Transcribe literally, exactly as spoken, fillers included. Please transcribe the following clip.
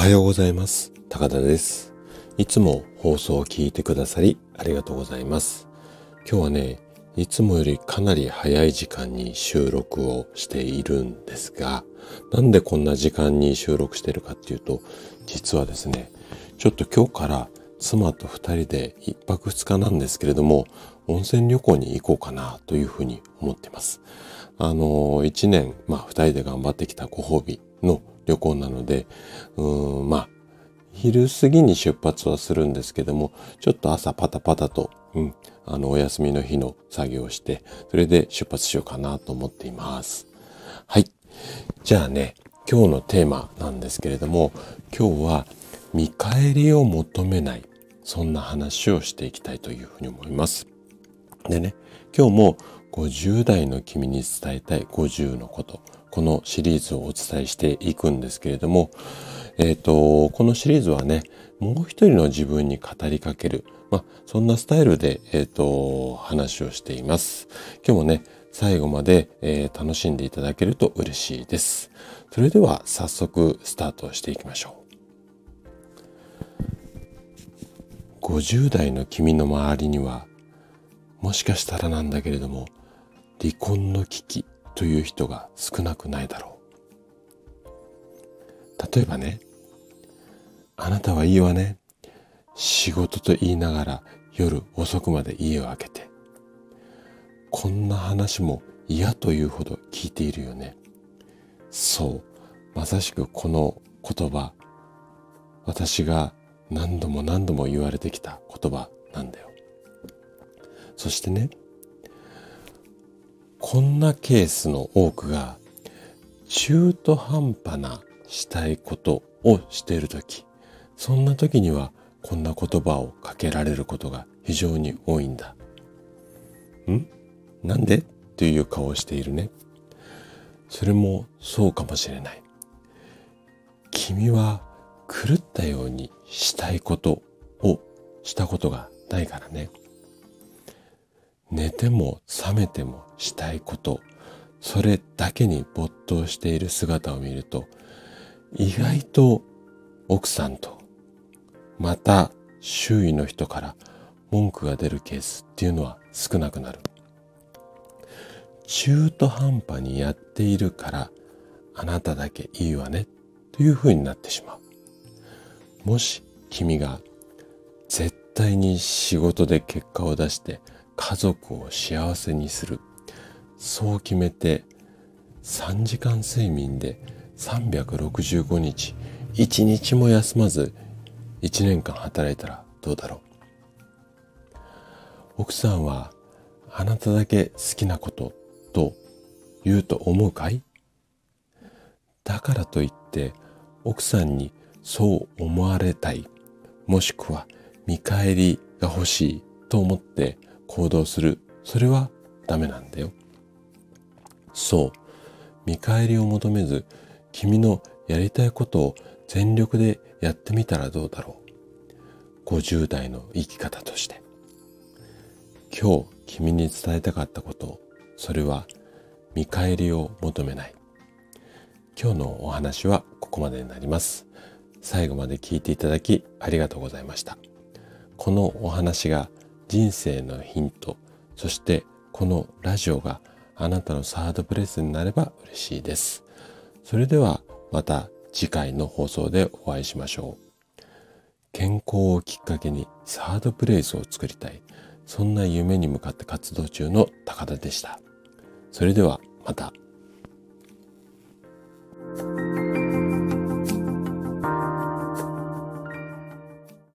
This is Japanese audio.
はようございます。高田です。いつも放送を聞いてくださりありがとうございます。今日はね、いつもよりかなり早い時間に収録をしているんですが、なんでこんな時間に収録しているかっていうと、実はですね、ちょっと今日から妻と二人で一泊二日なんですけれども、温泉旅行に行こうかなというふうに思っています。あの、一年、まあ二人で頑張ってきたご褒美の旅行なので、うーん、まあ、昼過ぎに出発はするんですけども、ちょっと朝パタパタと、うん、あの、お休みの日の作業をして、それで出発しようかなと思っています。はい。じゃあね、今日のテーマなんですけれども、今日は見返りを求めない、そんな話をしていきたいというふうに思います。でね、今日もごじゅう代の君に伝えたいごじゅうのこと、このシリーズをお伝えしていくんですけれども、えっと、このシリーズはね、もう一人の自分に語りかける、まあ、そんなスタイルで、えっと、話をしています。今日もね、最後まで、えー楽しんでいただけると嬉しいです。それでは早速スタートしていきましょう。ごじゅう代の君の周りには、もしかしたらなんだけれども、離婚の危機という人が少なくないだろう。例えばね、あなたはいいわね。仕事と言いながら夜遅くまで家を空けて。こんな話も嫌というほど聞いているよね。そう、まさしくこの言葉、私が何度も何度も言われてきた言葉なんだよ。そしてね、こんなケースの多くが中途半端なしたいことをしているとき、そんな時にはこんな言葉をかけられることが非常に多いんだ。ん？なんで？という顔をしているね。それもそうかもしれない。君は狂ったようにしたいことをしたことがないからね。寝ても覚めてもしたいこと、それだけに没頭している姿を見ると、意外と奥さんとまた周囲の人から文句が出るケースっていうのは少なくなる。中途半端にやっているからあなただけいいわねというふうになってしまう。もし君が絶対に仕事で結果を出して家族を幸せにする、そう決めてさんじかん睡眠でさんびゃくろくじゅうごにちいちにちも休まずいちねんかん働いたらどうだろう。奥さんはあなただけ好きなことと言うと思うかい？だからといって奥さんにそう思われたい、もしくは見返りが欲しいと思って行動する、それはダメなんだよ。そう、見返りを求めず君のやりたいことを全力でやってみたらどうだろう。ごじゅう代の生き方として。今日君に伝えたかったこと、それは見返りを求めない。今日のお話はここまでになります。最後まで聞いていただきありがとうございました。このお話が人生のヒント、そしてこのラジオがあなたのサードプレイスになれば嬉しいです。それではまた次回の放送でお会いしましょう。健康をきっかけにサードプレイスを作りたい、そんな夢に向かって活動中の高田でした。それではまた。